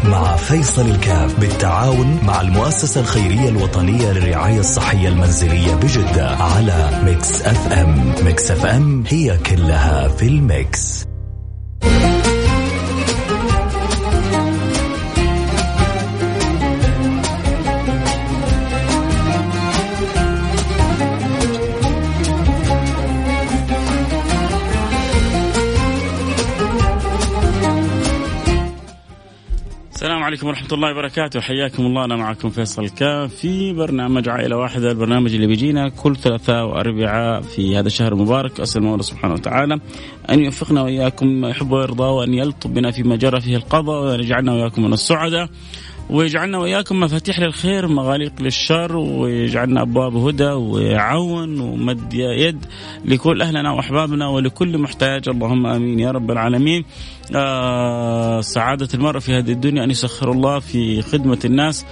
مع فيصل الكاف بالتعاون مع المؤسسة الخيرية الوطنية للرعاية الصحية المنزلية بجدة على ميكس اف ام. ميكس اف ام هي كلها في الميكس. السلام عليكم ورحمة الله وبركاته. حياكم الله. أنا معكم فيصل الكاف في برنامج عائلة واحدة، البرنامج اللي بيجينا كل ثلاثاء وأربعاء في هذا الشهر المبارك. أسأل الله سبحانه وتعالى أن يوفقنا وإياكم يحب ويرضى، وأن يلطف بنا فيما جرى فيه القضاء، وأن يجعلنا وإياكم من السعداء، ويجعلنا وإياكم مفاتيح للخير مغاليق للشر، ويجعلنا أبواب هدى وعون ومد يد لكل أهلنا وأحبابنا ولكل محتاج. اللهم آمين يا رب العالمين. سعادة المرء في هذه الدنيا أن يسخر الله في خدمة الناس،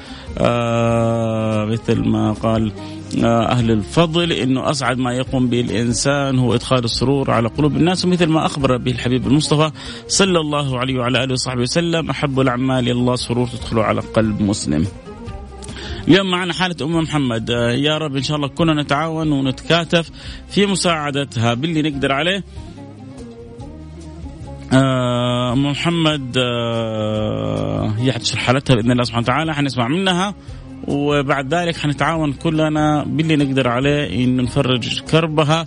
مثل ما قال أهل الفضل إنه أسعد ما يقوم به الإنسان هو إدخال السرور على قلوب الناس، ومثل ما أخبر به الحبيب المصطفى صلى الله عليه وعلى آله وصحبه وسلم: أحب الأعمال إلى الله سرور تدخل على قلب مسلم. اليوم معنا حالة أم محمد. يا رب إن شاء الله كنا نتعاون ونتكاتف في مساعدتها باللي نقدر عليه. أم محمد هي حتشرح حالتها بإذن الله سبحانه وتعالى، حنسمع منها، وبعد ذلك حنتعاون كلنا باللي نقدر عليه إن نفرج كربها،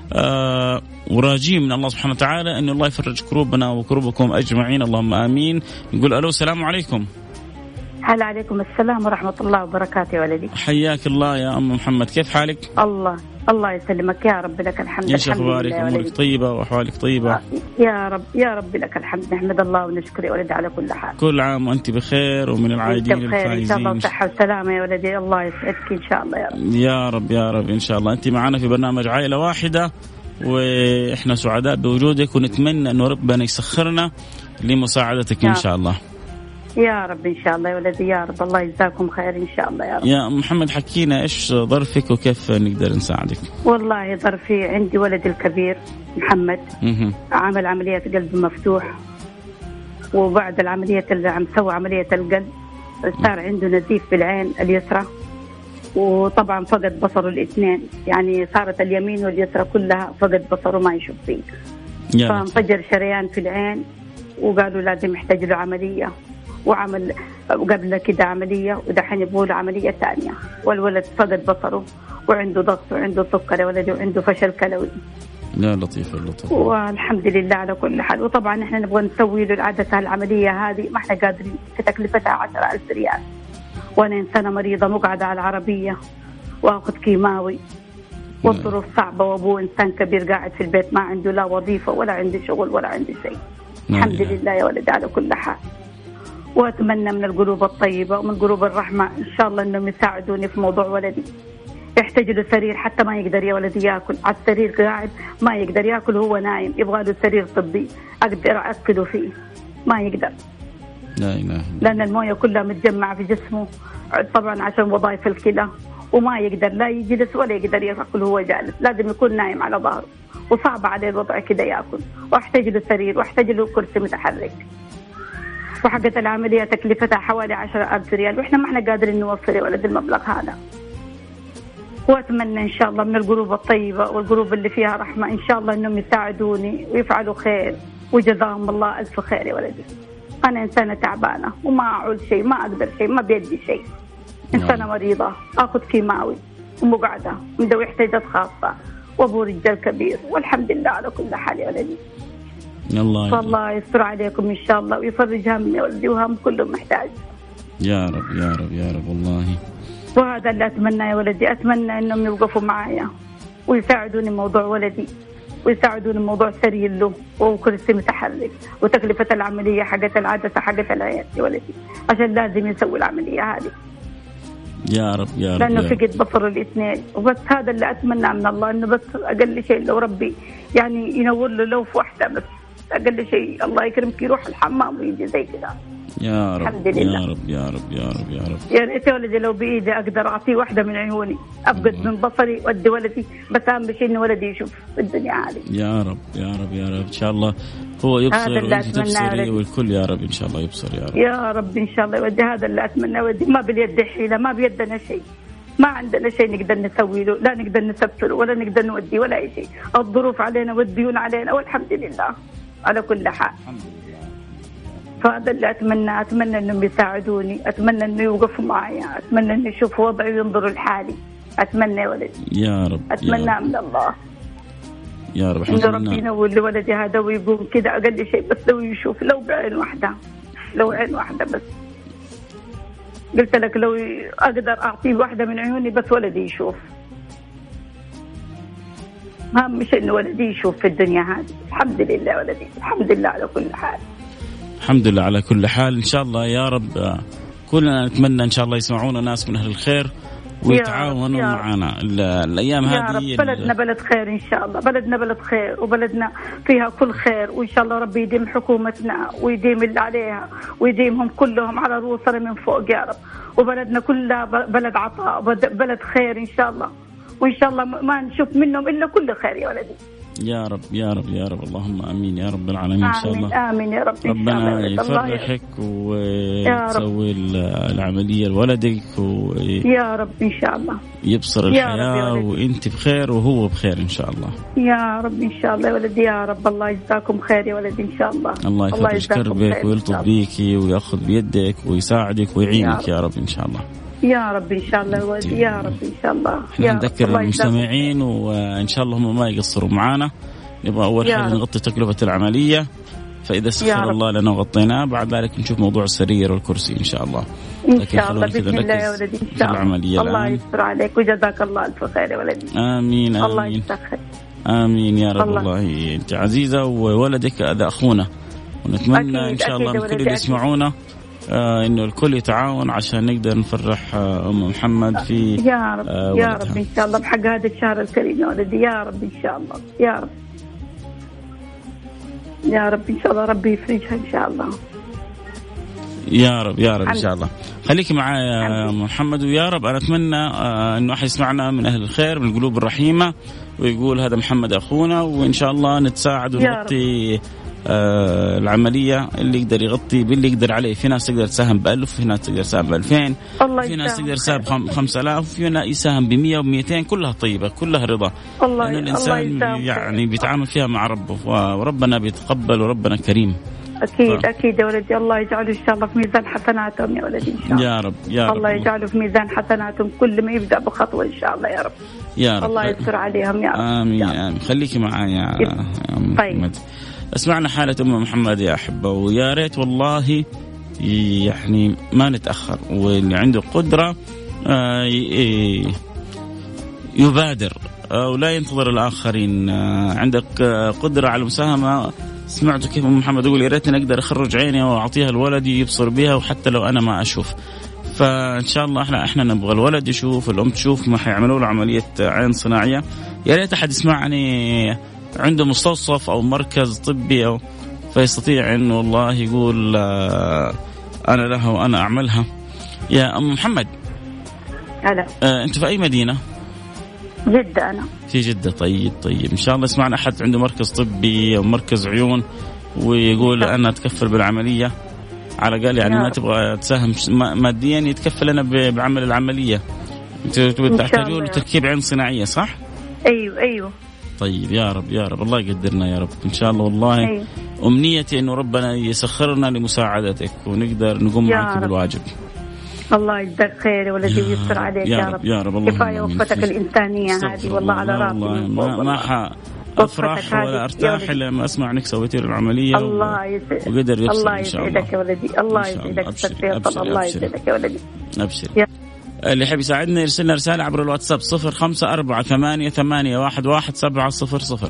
وراجين من الله سبحانه وتعالى إن الله يفرج كروبنا وكروبكم أجمعين. اللهم آمين. نقول ألو، السلام عليكم. هلا عليكم السلام ورحمة الله وبركاته يا ولدي. حياك الله يا أم محمد، كيف حالك؟ الله يسلمك يا رب، لك الحمد. ايش اخبارك؟ امورك طيبة واحوالك طيبة؟ يا رب لك الحمد، نحمد الله ونشكر يا ولدي على كل حال. كل عام وانت بخير ومن العائدين الفائزين ان شاء الله، صحة وسلامة يا ولدي. الله يسعدك ان شاء الله يا رب. يا رب ان شاء الله. انت معنا في برنامج عائلة واحدة، واحنا سعداء بوجودك، ونتمنى انه ربنا يسخرنا لمساعدتك ان شاء الله. يا رب إن شاء الله يا ولدي، يا رب. الله يجزاكم خير إن شاء الله يا رب. يا محمد حكينا إيش ظرفك وكيف نقدر نساعدك؟ والله ظرفي عندي ولدي الكبير محمد عمل عملية قلب مفتوح، وبعد العملية اللي عم سوى عملية القلب صار عنده نزيف بالعين اليسرى، وطبعا فقد بصره الاثنين، يعني صارت اليمين واليسرى كلها فقد بصره ما يشوف فيه، فانفجر شريان في العين، وقالوا لازم يحتاج له عملية، وعمل قبل كده عملية، ودحين يبغوا له عملية ثانية، والولد فقد بصره وعنده ضغط وعنده سكر يا ولدي وعنده فشل كلوي. لا لطيف اللطف، والحمد لله على كل حال. وطبعا احنا نبغى نسوي له العادة العملية هذه، ما احنا قادرين، تكلفتها 10,000 ريال، وانا انسانة مريضة مقعدة على العربية واخذ كيماوي، والظروف صعبة، وابوه انسان كبير قاعد في البيت ما عنده لا وظيفة ولا عنده شغل ولا عنده شيء. الحمد لله يا ولدي على كل حال. وأتمنى من القلوب الطيبة ومن قلوب الرحمة إن شاء الله إنهم يساعدوني في موضوع ولدي. يحتاج له سرير، حتى ما يقدر يا ولدي يأكل على السرير، قاعد ما يقدر يأكل وهو نايم، يبغى له سرير طبي أقدر أكله فيه، ما يقدر. لا إله. لأن الموية كلها متجمعة في جسمه طبعا عشان وظائف الكلى، وما يقدر لا يجلس ولا يقدر يأكل وهو جالس، لازم يكون نايم على ظهره، وصعب عليه الوضع كده يأكل، واحتاج له سرير واحتاج له كرسي متحرك. وحقت العملية تكلفتها حوالي 10,000 ريال، وإحنا ما إحنا قادرين نوفر يا ولد المبلغ هذا. وأتمنى إن شاء الله من القلوب الطيبة والقلوب اللي فيها رحمة إن شاء الله إنهم يساعدوني ويفعلوا خير، وجزاهم الله ألف خير يا ولدي. أنا إنسانة تعبانة وما أعول شيء، ما أقدر شيء، ما بيدي شيء، إنسانة مريضة، أخذ كيماوي ومقعدة مدوي احتياجات خاصة، وأبو رجال كبير، والحمد لله على كل حال يا ولدي. الله يستر عليكم إن شاء الله ويفرج همي ولدي وهم كله محتاج. يا رب يا رب يا رب والله. وهذا اللي أتمنى يا ولدي، أتمنى إنهم يوقفوا معايا ويساعدوني موضوع ولدي، ويساعدوني موضوع سرير له وكرسي متحرك، وتكلفة العملية حقت العدسة حقت العين يا ولدي، عشان لازم يسوي العملية هذه. يا رب يا رب. لأنه فقد بصر الاثنين، وبس هذا اللي أتمنى من الله، إنه بس أقل شيء لو ربي يعني ينور له لو في واحدة بس، أقل شيء الله يكرمك يروح الحمام ويجي زي كذا. يا رب الحمد لله. يا رب يا رب يا رب يا رب. يا ريت ولدي لو بإيدي أقدر أعطيه واحدة من عيوني، أفقد من بصري وأدي ولدي، بس أهم شيء إنه ولدي يشوف الدنيا عالي. يا رب يا رب يا رب إن شاء الله هو يبصر وأنت تبصري والكل يا رب إن شاء الله يبصر يا رب. يا رب إن شاء الله ودي، هذا اللي أتمنى ودي. ما باليد حيلة، ما بيدنا شيء، ما عندنا شيء نقدر نسوي له، لا نقدر نسبسله ولا نقدر نودي ولا أي شيء. الظروف علينا والديون علينا، والحمد لله على كل حال. فهذا اللي أتمنى إنهم يساعدوني، أتمنى إنه يوقفوا معي، أتمنى إنه يشوفوا وضعي وينظروا لحالي. أتمنى يا ولدي يا رب، أتمنى من الله يا رب إن ربي ينور لولدي هذا ويقوم كذا أقل شيء، بس لو يشوف لو بعين واحدة، لو عين واحدة بس. قلت لك لو أقدر أعطيه واحدة من عيوني بس ولدي يشوف. أهم شيء إنه ولدي يشوف في الدنيا هذه. الحمد لله ولدي، الحمد لله على كل حال. الحمد لله على كل حال. إن شاء الله يا رب كلنا نتمنى إن شاء الله يسمعونا ناس من أهل الخير ويتعاونوا معنا الأيام هذه. يا رب بلدنا بلد خير إن شاء الله، بلدنا بلد خير وبلدنا فيها كل خير، وإن شاء الله ربي يديم حكومتنا ويديم اللي عليها ويديمهم كلهم على رؤوسنا من فوق يا رب. وبلدنا كلها بلد عطاء، بلد خير إن شاء الله، وإن شاء الله ما نشوف منهم إلا كل خير يا ولدي. يا رب يا رب يا رب، اللهم آمين يا رب العالمين. إن شاء الله آمين يا رب. ربنا يفرحك ويسوي العملية لولدك يا رب إن شاء الله يبصر الحياة وإنت بخير وهو بخير إن شاء الله يا رب. إن شاء الله يا ولدي يا رب. الله يجزاكم خير يا ولدي إن شاء الله. الله يفرج كربك ويلطف بيكي ويأخذ بيدك ويساعدك ويعينك يا رب إن شاء الله. يا رب إن شاء الله ولدي يا رب إن شاء الله. احنا نذكر المستمعين وإن شاء الله هم ما يقصروا معانا. نبغى أول حاجة نغطي تكلفة العملية، فإذا سخر الله لنا وغطيناه، بعد ذلك نشوف موضوع السرير والكرسي إن شاء الله. إن شاء الله بإذن الله يا ولدي إن شاء الله. الله يستر عليك وجزاك الله ألف خير يا ولدي. آمين الله آمين يستخدم. آمين يا رب. الله أنت عزيزة وولدك هذا أخونا، ونتمنى إن شاء الله من كل اللي يسمعونا إنه الكل يتعاون عشان نقدر نفرح أم محمد في يا رب يا رب إن شاء الله بحق هذا الشهر الكريم يا ولدي يا رب إن شاء الله يا رب يا رب إن شاء الله ربي يفرجها إن شاء الله يا رب يا رب إن شاء الله. خليكي معايا يا محمد، ويا رب أنا أتمنى إنه أحد يسمعنا من أهل الخير من القلوب الرحيمة ويقول هذا محمد أخونا، وإن شاء الله نتساعد ونغطي العملية اللي يقدر يغطي باللي يقدر عليه. في ناس تقدر تساهم ب1000، في ناس تقدر تساهم ب2000، في ناس تقدر تساهم ب5000، وفي ناس يساهم ب100 و200. كلها طيبة كلها رضا، لأن الإنسان يعني بيتعامل فيها مع ربه، وربنا بيتقبل وربنا كريم. أكيد يا ولدي. الله يجعله إن شاء الله في ميزان حسناتهم يا ولدي إن شاء الله. يا رب يا رب. الله يجعله في ميزان حسناتهم كل ما يبدأ بخطوة إن شاء الله يا رب. يا رب. الله يستر عليهم يا رب. آمين آمين. خليكي معايا يا محمد. اسمعنا حالة أم محمد يا أحبة، ويا ريت والله يعني ما نتأخر، واللي عنده قدرة يبادر ولا ينتظر الآخرين. عندك قدرة على المساهمة. سمعتوا كيف أم محمد يقول يا ريتني أقدر أخرج عيني وأعطيها الولد يبصر بها وحتى لو أنا ما أشوف. فإن شاء الله إحنا نبغى الولد يشوف، الأم تشوف، ما حيعملوا له عملية عين صناعية. يا ريت أحد يسمعني عنده مستوصف أو مركز طبي أو فيستطيع إنه والله يقول أنا لها وأنا أعملها. يا أم محمد هلا. أنت في أي مدينة؟ جدة. أنا في جدة. طيب إن شاء الله يسمعنا أحد عنده مركز طبي أو مركز عيون ويقول أنا أتكفل بالعملية، على الأقل يعني ما تبغى تساهم ماديا يتكفل أنا بعمل العملية. تحتاجون لتركيب عين صناعية صح؟ أيوه. طيب يا رب يا رب الله يقدرنا يا رب إن شاء الله. والله أمنيتي إنه ربنا يسخرنا لمساعدتك ونقدر نقوم معك بالواجب. الله يجزاك خير ولدي ويستر عليك يا رب. يا رب. كفاية وفتك الإنسانية هذه والله على راسي. ما أفرح ولا أرتاح لما أسمع إنك سويتي العملية. الله يسعدك. وقدر يبصر إن شاء الله. الله يسعدك يا ولدي. الله يسعدك. الله يسعدك يا ولدي. أبشر. اللي يحب يساعدنا يرسلنا رسالة عبر الواتساب 0548811700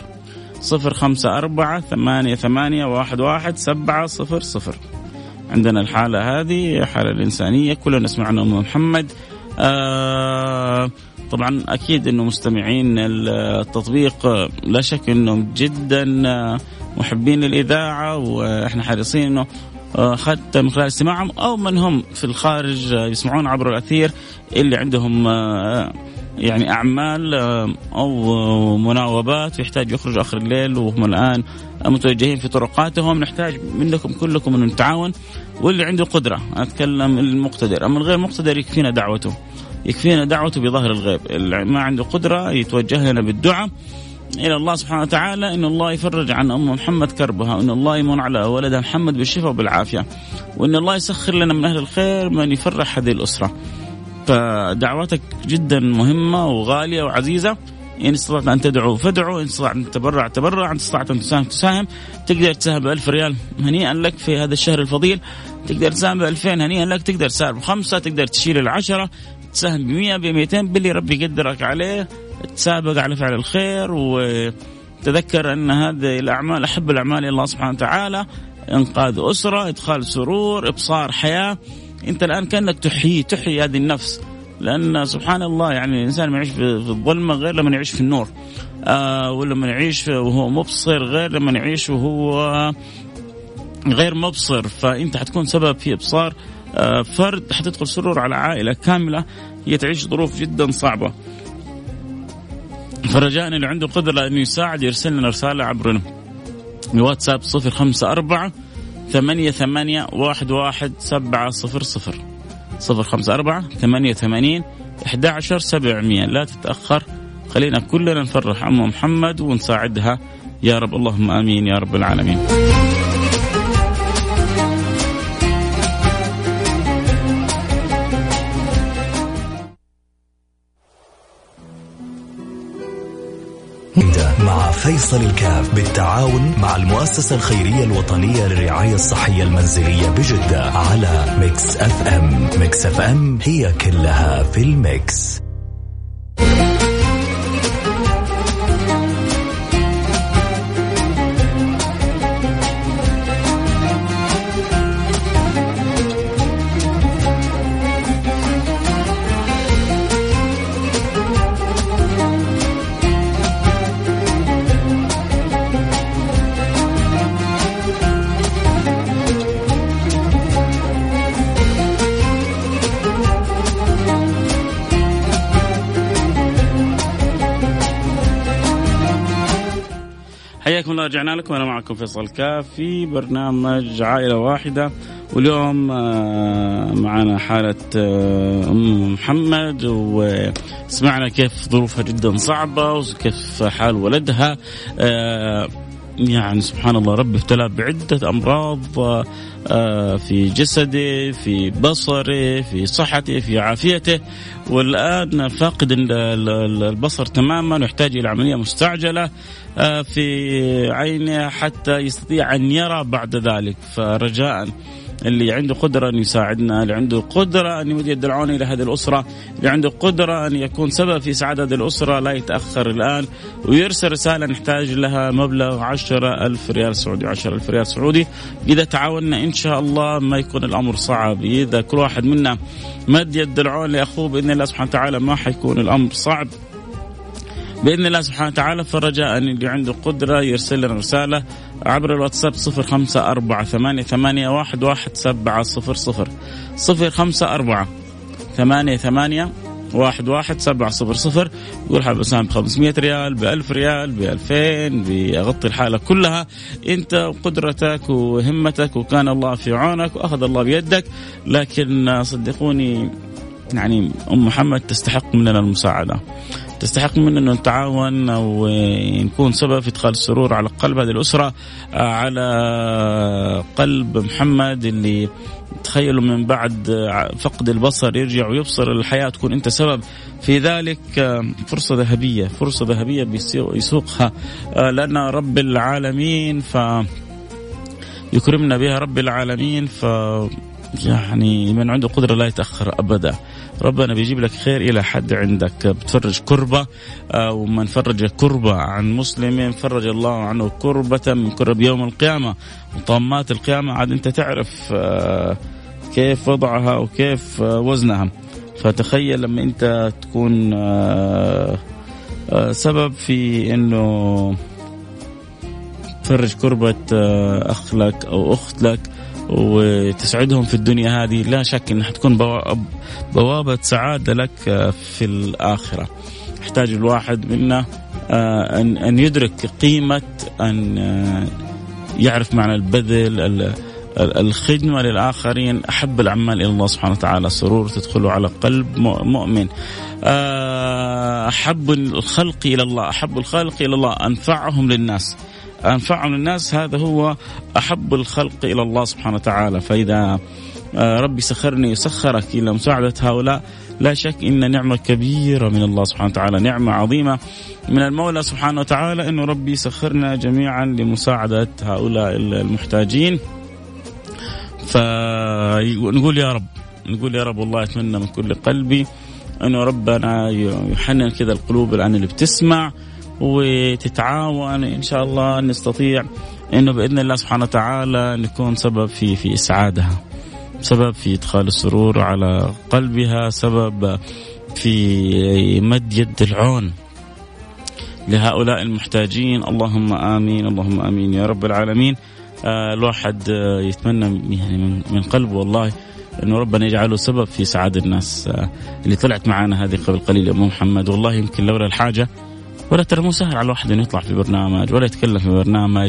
0548811700. عندنا الحالة هذه حالة الإنسانية كلنا نسمع عنها أم محمد. طبعا أكيد أنه مستمعين التطبيق لا شك أنهم جدا محبين الإذاعة، وإحنا حريصين أنه حتى من خلال استماعهم أو من هم في الخارج يسمعون عبر الأثير اللي عندهم يعني أعمال أو مناوبات يحتاج يخرج آخر الليل وهم الآن متوجهين في طرقاتهم. نحتاج منكم كلكم أن نتعاون، واللي عنده قدرة أتكلم المقتدر، أما الغير مقتدر يكفينا دعوته بظاهر الغيب. اللي ما عنده قدرة يتوجه لنا بالدعاء إلى الله سبحانه وتعالى إن الله يفرج عن أم محمد كربها، وإن الله يمن على ولدها محمد بالشفاء وبالعافية، وإن الله يسخر لنا من أهل الخير من يفرح هذه الأسرة. فدعواتك جدا مهمة وغالية وعزيزة. إن استطعت أن تدعو فادعو، إن استطعت أن تبرع، إن استطعت أن تساهم. تقدر تساهم ب1000 ريال هنيئا لك في هذا الشهر الفضيل، تقدر تساهم ب2000 هنيئا لك، تقدر تساهم ب5، تقدر تشيل 10، تساهم ب100 ب200 باللي ربي يقدرك عليه. تسابق على فعل الخير، وتذكر أن هذه الأعمال أحب الأعمال إلى الله سبحانه وتعالى. إنقاذ أسرة، إدخال سرور، إبصار حياة. أنت الآن كأنك تحيي هذه النفس، لأن سبحان الله يعني الإنسان ما يعيش في الظلمة غير لما يعيش في النور، ولما يعيش وهو مبصر غير لما يعيش وهو غير مبصر. فأنت حتكون سبب في إبصار فرد، حتدخل سرور على عائلة كاملة هي تعيش ظروف جدا صعبة. فرجاءً اللي عنده قدرة أنه يساعد يرسل لنا رسالة عبر الواتساب 054 88 11700 054 88 11700. لا تتأخر، خلينا كلنا نفرح أم محمد ونساعدها يا رب. اللهم آمين يا رب العالمين. مع فيصل الكاف بالتعاون مع المؤسسة الخيرية الوطنية للرعاية الصحية المنزلية بجدة على ميكس اف ام. ميكس اف ام هي كلها في الميكس. حياكم الله، رجعنا لكم. أنا معكم فيصل كاف في برنامج عائلة واحدة، واليوم معنا حالة أم محمد، وسمعنا كيف ظروفها جدا صعبة وكيف حال ولدها. يعني سبحان الله، رب ابتلى بعدة أمراض في جسده، في بصره، في صحته، في عافيته، والآن فاقد البصر تماما ويحتاج إلى عملية مستعجلة في عينه حتى يستطيع أن يرى بعد ذلك. فرجاء اللي عنده قدرة أن يساعدنا، اللي عنده قدرة أن يمد يد العون إلى هذه الأسرة، اللي عنده قدرة أن يكون سبب في سعادة هذه الأسرة، لا يتأخر الآن ويرسل رسالة نحتاج لها مبلغ 10,000 ريال سعودي. 10,000 ريال سعودي. إذا تعاوننا إن شاء الله ما يكون الأمر صعب. إذا كل واحد منا مد يد العون لأخوه بإذن الله سبحانه وتعالى ما حيكون الأمر صعب بإذن الله سبحانه وتعالى. فرجاء اللي عنده قدرة يرسل لنا رسالة عبر الواتساب 0548811700 0548811700. يقول حاب أساهم ب500 ريال، ب1000 ريال، ب2000 بأغطي الحالة كلها. أنت وقدرتك وهمتك، وكان الله في عونك وأخذ الله بيدك. لكن صدقوني يعني أم محمد تستحق مننا المساعدة، تستحق مننا أن نتعاون ونكون سبب في إدخال السرور على قلب هذه الأسرة، على قلب محمد اللي تخيلوا من بعد فقد البصر يرجع ويبصر الحياة، تكون أنت سبب في ذلك. فرصة ذهبية، فرصة ذهبية بيسوقها لنا رب العالمين، فيكرمنا بها رب العالمين. يعني من عنده قدرة لا يتأخر أبدا. ربنا بيجيب لك خير إلى حد عندك. بتفرج كربة، ومن فرج كربة عن مسلم فرج الله عنه كربة من كرب يوم القيامة وطامات القيامة. عاد أنت تعرف كيف وضعها وكيف وزنها. فتخيل لما أنت تكون سبب في أنه تفرج كربة أخ لك أو أخت لك وتسعدهم في الدنيا هذه، لا شك أنها تكون بوابة سعادة لك في الآخرة. يحتاج الواحد منا أن يدرك قيمة أن يعرف معنى البذل، الخدمة للآخرين. أحب الأعمال إلى الله سبحانه وتعالى سرور تدخل على قلب مؤمن. أحب الخلق إلى الله، أحب الخلق إلى الله أنفعهم للناس، أنفعهم للناس، هذا هو أحب الخلق إلى الله سبحانه وتعالى. فإذا ربي سخرني يسخرك إلى مساعدة هؤلاء، لا شك إن نعمة كبيرة من الله سبحانه وتعالى، نعمة عظيمة من المولى سبحانه وتعالى، إنه ربي يسخرنا جميعا لمساعدة هؤلاء المحتاجين. فنقول يا رب، نقول يا رب والله أتمنى من كل قلبي أنه ربنا يحنن كذا القلوب الآن اللي بتسمع وتتعاون إن شاء الله، نستطيع إنه بإذن الله سبحانه وتعالى نكون سبب في إسعادها، سبب في إدخال السرور على قلبها، سبب في مد يد العون لهؤلاء المحتاجين. اللهم آمين، اللهم آمين يا رب العالمين. الواحد يتمنى يعني من قلبه والله إنه ربنا يجعله سبب في سعادة الناس. اللي طلعت معنا هذه قبل قليل أم محمد، والله يمكن لولا الحاجة، ولا ترى مو سهل على الواحد إنه يطلع في برنامج ولا يتكلم في برنامج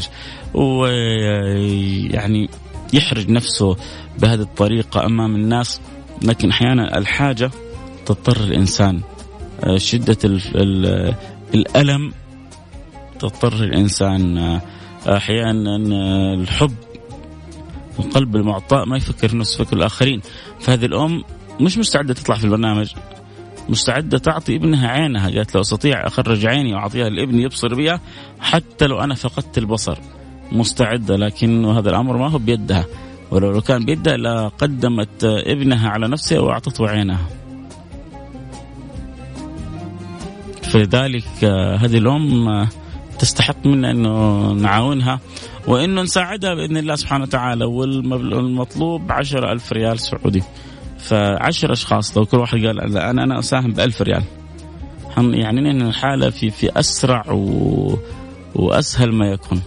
ويعني يحرج نفسه بهذه الطريقة أمام الناس. لكن أحيانا الحاجة تضطر الإنسان، شدة الألم تضطر الإنسان، أحيانا الحب، القلب المعطاء ما يفكر في نفسه، يفكر الآخرين. فهذه الأم مش مستعدة تطلع في البرنامج، مستعدة تعطي ابنها عينها، قالت لو أستطيع أخرج عيني وأعطيها لابني يبصر بها حتى لو أنا فقدت البصر، مستعدة. لكن هذا الأمر ما هو بيدها، ولو كان بيدها لقدمت ابنها على نفسها وأعطته عينها. فلذلك هذه الأم تستحق منا أنه نعاونها وأنه نساعدها بإذن الله سبحانه وتعالى. والمطلوب 10,000 ريال سعودي، ف10 أشخاص لو كل واحد قال أنا أساهم ب1000 ريال، يعني إن الحالة في أسرع وأسهل ما يكون.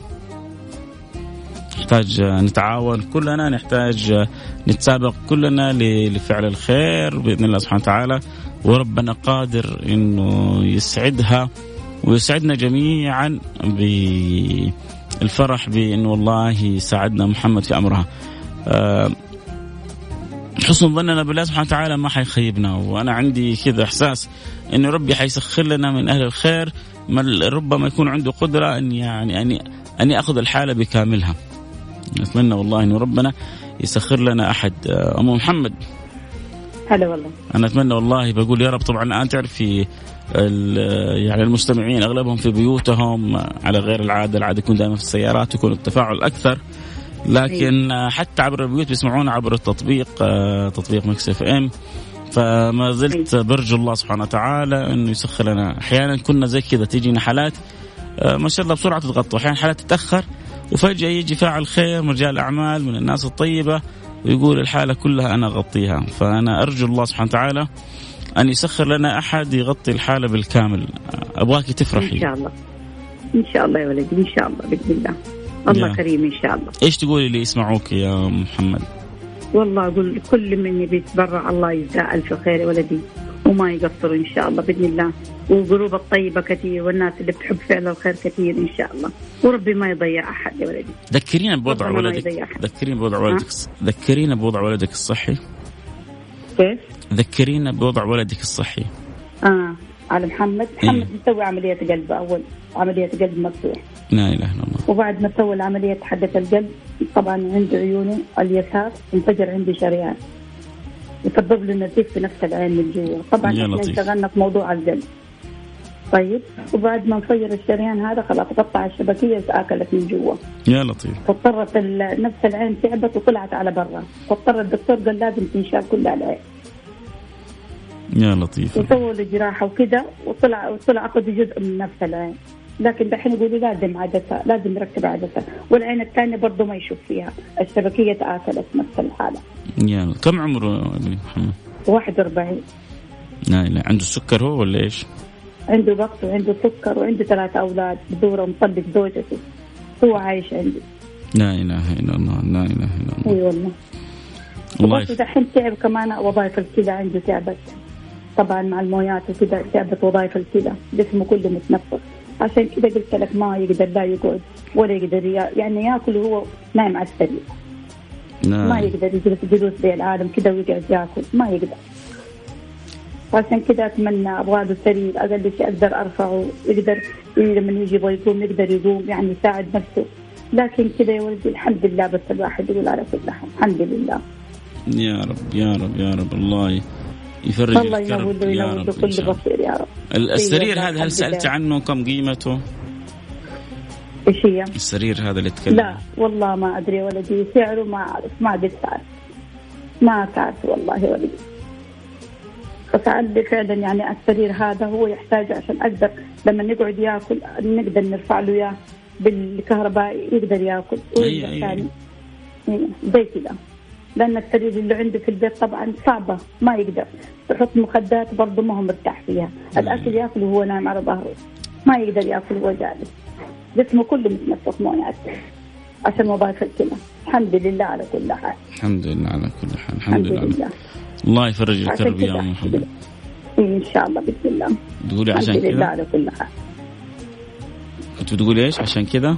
نحتاج نتعاون كلنا، نحتاج نتسابق كلنا لفعل الخير بإذن الله سبحانه وتعالى. وربنا قادر إنه يسعدها ويسعدنا جميعا بالفرح بأن والله ساعدنا محمد في أمرها. حسن ظننا بالله سبحانه وتعالى ما حيخيبنا، وأنا عندي كذا إحساس إن ربي حيسخر لنا من أهل الخير، ربما يكون عنده قدرة أن يأخذ الحالة بكاملها. نتمنى والله إن ربنا يسخر لنا أحد. أم محمد، هلا والله. أنا أتمنى والله، بقول يا رب. طبعا الآن تعرفي يعني المستمعين أغلبهم في بيوتهم على غير العادة يكون دائما في السيارات، يكون التفاعل أكثر، لكن حتى عبر البيوت بيسمعونا عبر التطبيق، تطبيق ميكس اف ام. فما زلت برجو الله سبحانه وتعالى أنه يسخر لنا. أحيانا كنا زي كذا تيجينا حالات ما شاء الله بسرعة تتغطى، أحيانا حالات تتأخر وفجأة يجي فاعل خير من رجال أعمال من الناس الطيبة ويقول الحالة كلها أنا أغطيها. فأنا أرجو الله سبحانه وتعالى أن يسخر لنا أحد يغطي الحالة بالكامل. أبغاك تفرحي إن شاء الله، إن شاء الله يا ولدي، إن شاء الله بإذن الله. الله كريم إن شاء الله. إيش تقولي اللي يسمعوك يا محمد؟ والله أقول كل من بيتبرع الله يجزاه ألف خير يا ولدي، وما يقصروا إن شاء الله بإذن الله. وقلوب الطيبة كثير، والناس اللي بتحب فعل الخير كثير إن شاء الله، وربي ما يضيع أحد يا ولدي. ذكرينا بوضع ولدك، ذكرينا بوضع ولدك، ذكرينا بوضع ولدك الصحي. كيف؟ ذكرينا بوضع ولدك الصحي. على محمد مسوي عملية قلب، أول عملية قلب مفتوح. لا إله إلا الله. وبعد ما سوى العملية حدث القلب، طبعا عند عيونه اليسار انفجر عندي شريان، يسبب له نزيف في نفس العين من جوا. طبعا احنا اشتغلنا في موضوع القلب. طيب، وبعد ما نصير الشريان هذا خلاص قطع الشبكية وآكلت من جوا. يا لطيف. فاضطرت نفس العين تعبت وطلعت على برا، فاضطر الدكتور قال لازم تنشال كلها العين. يا لطيف. وسووا له جراحة وكذا، وطلع أخذ جزء من نفس العين، لكن دحين يقولوا لازم عدسة، لازم يركب عدسة. والعين الثانية برضو ما يشوف فيها، الشبكية تآكلت نفس الحالة. يا كم عمره ابن محمد؟ 41. لا لا، عنده السكر هو ولا إيش؟ عنده ضغط وعنده سكر وعنده 3 أولاد بدورة ومطلق زوجته، هو عايش عندي. لا إله إلا الله، لا إله إلا الله. اي والله. بس دحين تعب كمان وظائف الكلى عنده تعبت طبعا مع المويات وكذا، تعبت وظائف الكلى، جسمه كله متنفس. عشان كذا قلت لك ما يقدر لا يقعد ولا يقدر يعني ياكل وهو نايم على السرير. ما يقدر يجلس جلوس زي العالم كذا ويقعد ياكل، ما يقدر. عشان كذا اتمنى ابغى له سرير اقل شيء اقدر ارفعه، يقدر لما يجي يبغى يقوم يقدر يقوم، يعني يساعد نفسه. لكن كذا يا ولدي الحمد لله، بس الواحد يقول على كل حال الحمد لله. يا رب يا رب يا رب، الله يفرج الله ينور له كل بصير يا رب. السرير هذا هل سألت عنه كم قيمته؟ ايش هي؟ السرير هذا اللي تكلم؟ لا والله ما ادري ولدي، سعره ما اعرف، ما قد سألت، ما سألت والله ولدي. فسأل فعلا يعني السرير هذا هو يحتاج عشان اقدر لما نقعد ياكل نقدر نرفع له اياه بالكهرباء يقدر ياكل. أي. زي كذا، لأن السرير اللي عنده في البيت طبعا صعبة، ما يقدر يحط مخدات برضه ما هو مرتاح فيها. الأكل يأكل وهو نايم على ظهره، ما يقدر يأكل وهو جالس، جسمه كله متنفخ مويات عشان وظائف الكلى. الحمد لله على كل حال، الحمد لله على كل حال، الحمد لله. الله يفرج الكرب يا محمد إن شاء الله بإذن الله. تقولي عشان كذا؟ الحمد لله على كل حال. كنت بتقولي إيش عشان كذا؟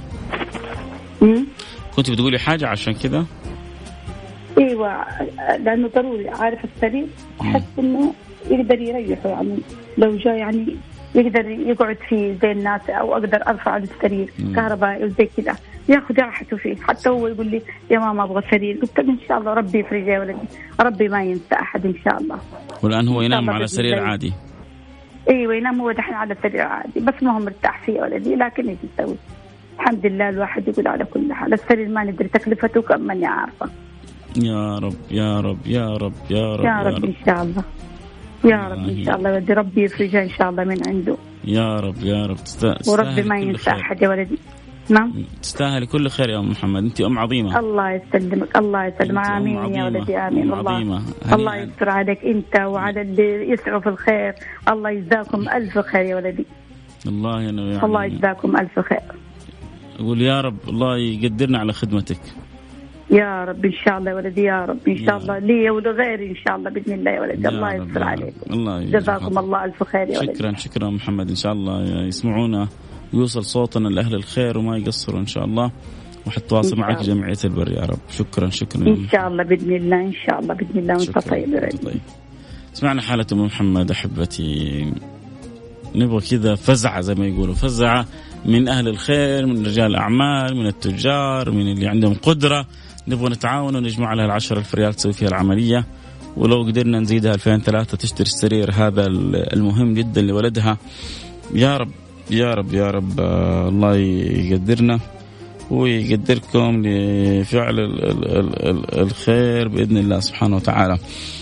كنت بتقولي حاجة عشان كذا؟ ايوه، لانه ضروري عارف السرير احس انه يقدر يريحه، يعني لو جاء يعني يقدر يقعد فيه زي الناس، او اقدر ارفع السرير كهربائي وزي كذا ياخذ راحته فيه. حتى هو يقول لي يا ماما ابغى سرير، قلت له ان شاء الله ربي يفرج يا ولدي، ربي ما ينسى احد ان شاء الله. والان هو ينام على سرير عادي؟ ايوه ينام هو دحين على سرير عادي، بس ما هو مرتاح فيه يا ولدي، لكن ايش يسوي؟ الحمد لله الواحد يقول على كل حال. السرير ما ندري تكلفته كم، ماني عارفه. يا رب يا رب يا رب يا رب يا رب إن شاء الله، يا رب إن شاء الله، ودي ربي يفرجها إن شاء الله من عنده يا رب يا رب. وربي ما ينسى أحد يا ولدي. نعم تستاهل كل خير يا أم محمد، أنت أم عظيمة. الله يسلمك، الله يسلمك، آمين يا ولدي، آمين. الله يستر عليك أنت وعلى اللي يسعوا في الخير، الله يجزاكم ألف خير يا ولدي. الله يعني الله يجزاكم ألف خير. أقول يا رب الله يقدرنا على خدمتك يا رب إن شاء الله يا ولدي، يا رب إن شاء الله لي ولغيري إن شاء الله بإذن الله يا ولدي. الله يستر عليكم، جزاكم الله ألف خير يا ولدي. شكرا شكرا محمد، إن شاء الله يسمعونا ويوصل صوتنا لأهل الخير وما يقصروا إن شاء الله، وحتواصل معك جمعية البر يا رب. شكرا شكرا إن شاء الله بإذن الله، إن شاء الله بإذن الله. وأنت طيب يا ولدي. سمعنا حالة أم محمد أحبتي، نبغى كذا فزعة زي ما يقولوا، فزعة من أهل الخير، من رجال الأعمال، من التجار، من اللي عندهم قدرة. نبغى نتعاون ونجمع لها 10,000 ريال تسوي فيها العملية، ولو قدرنا نزيدها 2003 تشتري السرير هذا المهم جدا لولدها. يا رب يا رب يا رب، الله يقدرنا ويقدركم لفعل الخير بإذن الله سبحانه وتعالى.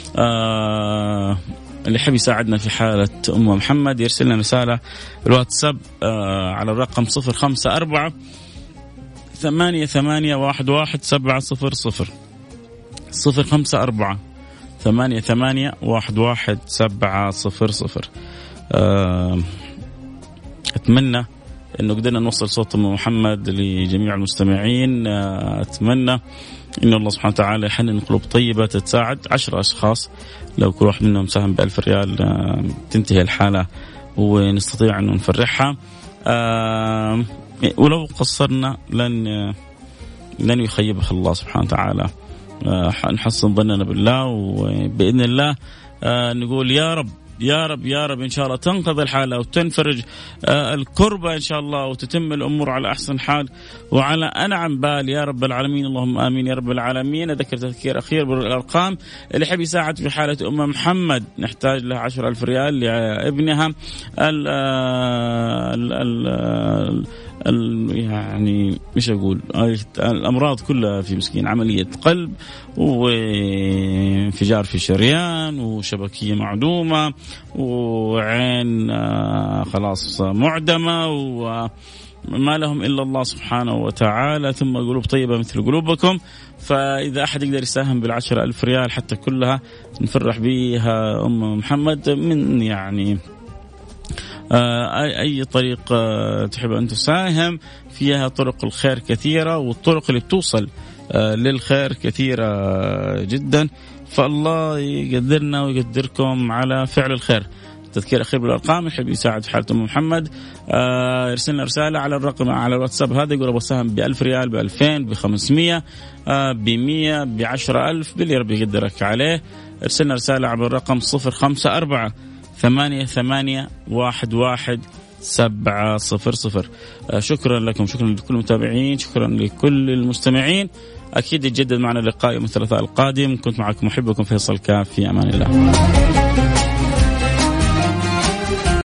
اللي حب يساعدنا في حالة أم محمد يرسل لنا رسالة الواتساب على الرقم 054 8811 054 8811 أتمنى أنه قدرنا نوصل صوت أم محمد لجميع المستمعين. أتمنى إن الله سبحانه وتعالى يحنن قلوب طيبة تتساعد 10 أشخاص، لو كل واحد منهم ساهم ب1000 ريال تنتهي الحالة ونستطيع أن نفرحها. ولو قصرنا لن يخيبها الله سبحانه وتعالى. نحسن ظننا بالله، وبإذن الله نقول يا رب يا رب يا رب إن شاء الله تنقضي الحالة وتنفرج الكربة إن شاء الله، وتتم الأمور على أحسن حال وعلى أنعم بال يا رب العالمين. اللهم آمين يا رب العالمين. أذكر تذكير أخير بالأرقام، اللي حب يساعد في حالة أم محمد نحتاج لها 10,000 ريال لابنها يعني مش أقول الأمراض كلها في مسكين، عملية قلب وانفجار في شريان وشبكية معدومة وعين خلاص معدمة وما لهم إلا الله سبحانه وتعالى، ثم قلوب طيبة مثل قلوبكم. فإذا أحد يقدر يساهم ب10,000 ريال حتى كلها نفرح بها أم محمد من يعني أي طريق تحب أن تساهم فيها. طرق الخير كثيرة والطرق اللي بتوصل للخير كثيرة جدا، فالله يقدرنا ويقدركم على فعل الخير. تذكير أخير بالأرقام، يحب يساعد في حالة أم محمد يرسلنا رسالة على الرقم على الواتساب هذا، يقول أبغى أساهم ب1000 ريال، ب2000، ب500، ب100، ب10,000 باللي ربي يقدرك عليه. ارسلنا رسالة على الرقم 0548811700. شكرا لكم، شكرا لكل المتابعين، شكرا لكل المستمعين. أكيد يتجدد معنا اللقاء يوم الثلاثاء القادم. كنت معكم محبكم فيصل كاف، في أمان الله.